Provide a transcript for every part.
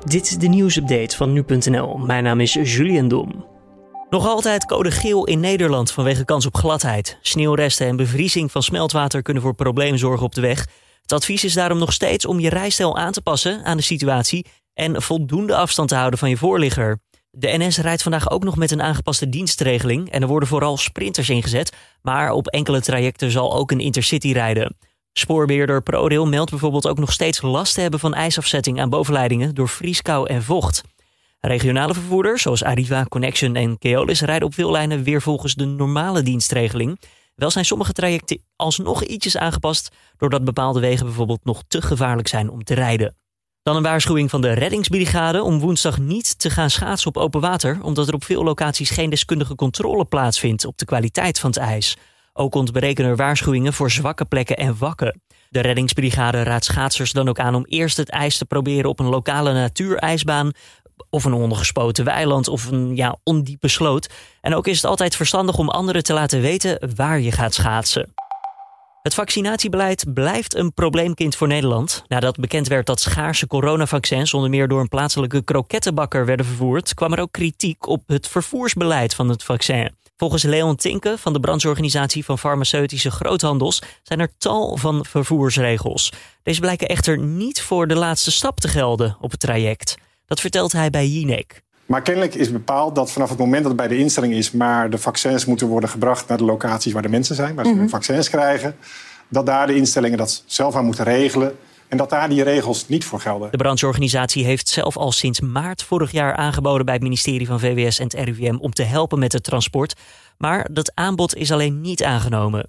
Dit is de nieuwsupdate van nu.nl. Mijn naam is Julian Dom. Nog altijd code geel in Nederland vanwege kans op gladheid. Sneeuwresten en bevriezing van smeltwater kunnen voor problemen zorgen op de weg. Het advies is daarom nog steeds om je rijstijl aan te passen aan de situatie en voldoende afstand te houden van je voorligger. De NS rijdt vandaag ook nog met een aangepaste dienstregeling en er worden vooral sprinters ingezet, maar op enkele trajecten zal ook een intercity rijden. Spoorbeheerder ProRail meldt bijvoorbeeld ook nog steeds last te hebben van ijsafzetting aan bovenleidingen door vrieskou en vocht. Regionale vervoerders zoals Arriva, Connection en Keolis rijden op veel lijnen weer volgens de normale dienstregeling. Wel zijn sommige trajecten alsnog ietsjes aangepast doordat bepaalde wegen bijvoorbeeld nog te gevaarlijk zijn om te rijden. Dan een waarschuwing van de reddingsbrigade om woensdag niet te gaan schaatsen op open water, omdat er op veel locaties geen deskundige controle plaatsvindt op de kwaliteit van het ijs. Ook ontbreken er waarschuwingen voor zwakke plekken en wakken. De reddingsbrigade raadt schaatsers dan ook aan om eerst het ijs te proberen op een lokale natuurijsbaan of een ondergespoten weiland of een ondiepe sloot. En ook is het altijd verstandig om anderen te laten weten waar je gaat schaatsen. Het vaccinatiebeleid blijft een probleemkind voor Nederland. Nadat bekend werd dat schaarse coronavaccins onder meer door een plaatselijke krokettenbakker werden vervoerd, kwam er ook kritiek op het vervoersbeleid van het vaccin. Volgens Leon Tinke van de brancheorganisatie van farmaceutische groothandels zijn er tal van vervoersregels. Deze blijken echter niet voor de laatste stap te gelden op het traject. Dat vertelt hij bij Jinek. Maar kennelijk is bepaald dat vanaf het moment dat het bij de instelling is, maar de vaccins moeten worden gebracht naar de locaties waar de mensen zijn, waar ze vaccins krijgen, dat daar de instellingen dat zelf aan moeten regelen en dat daar die regels niet voor gelden. De brancheorganisatie heeft zelf al sinds maart vorig jaar aangeboden bij het ministerie van VWS en het RIVM om te helpen met het transport. Maar dat aanbod is alleen niet aangenomen.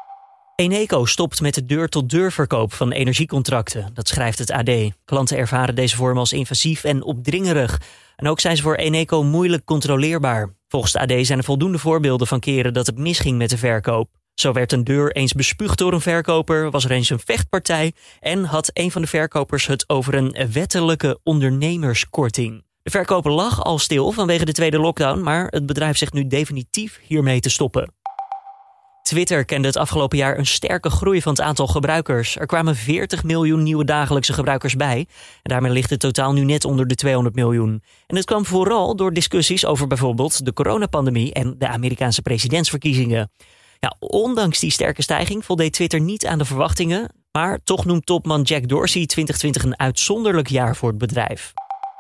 Eneco stopt met de deur-tot-deur verkoop van energiecontracten. Dat schrijft het AD. Klanten ervaren deze vorm als invasief en opdringerig. En ook zijn ze voor Eneco moeilijk controleerbaar. Volgens het AD zijn er voldoende voorbeelden van keren dat het misging met de verkoop. Zo werd een deur eens bespuugd door een verkoper, was er eens een vechtpartij en had een van de verkopers het over een wettelijke ondernemerskorting. De verkoper lag al stil vanwege de tweede lockdown, maar het bedrijf zegt nu definitief hiermee te stoppen. Twitter kende het afgelopen jaar een sterke groei van het aantal gebruikers. Er kwamen 40 miljoen nieuwe dagelijkse gebruikers bij. En daarmee ligt het totaal nu net onder de 200 miljoen. En het kwam vooral door discussies over bijvoorbeeld de coronapandemie en de Amerikaanse presidentsverkiezingen. Ja, ondanks die sterke stijging voldeed Twitter niet aan de verwachtingen. Maar toch noemt topman Jack Dorsey 2020 een uitzonderlijk jaar voor het bedrijf.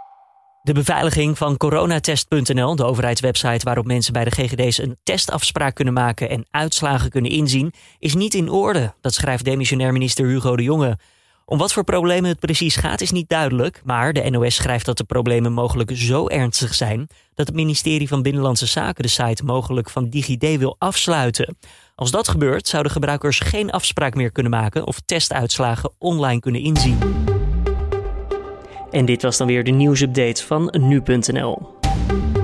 De beveiliging van coronatest.nl, de overheidswebsite waarop mensen bij de GGD's een testafspraak kunnen maken en uitslagen kunnen inzien, is niet in orde. Dat schrijft demissionair minister Hugo de Jonge. Om wat voor problemen het precies gaat is niet duidelijk, maar de NOS schrijft dat de problemen mogelijk zo ernstig zijn dat het ministerie van Binnenlandse Zaken de site mogelijk van DigiD wil afsluiten. Als dat gebeurt, zouden gebruikers geen afspraak meer kunnen maken of testuitslagen online kunnen inzien. En dit was dan weer de nieuwsupdate van nu.nl.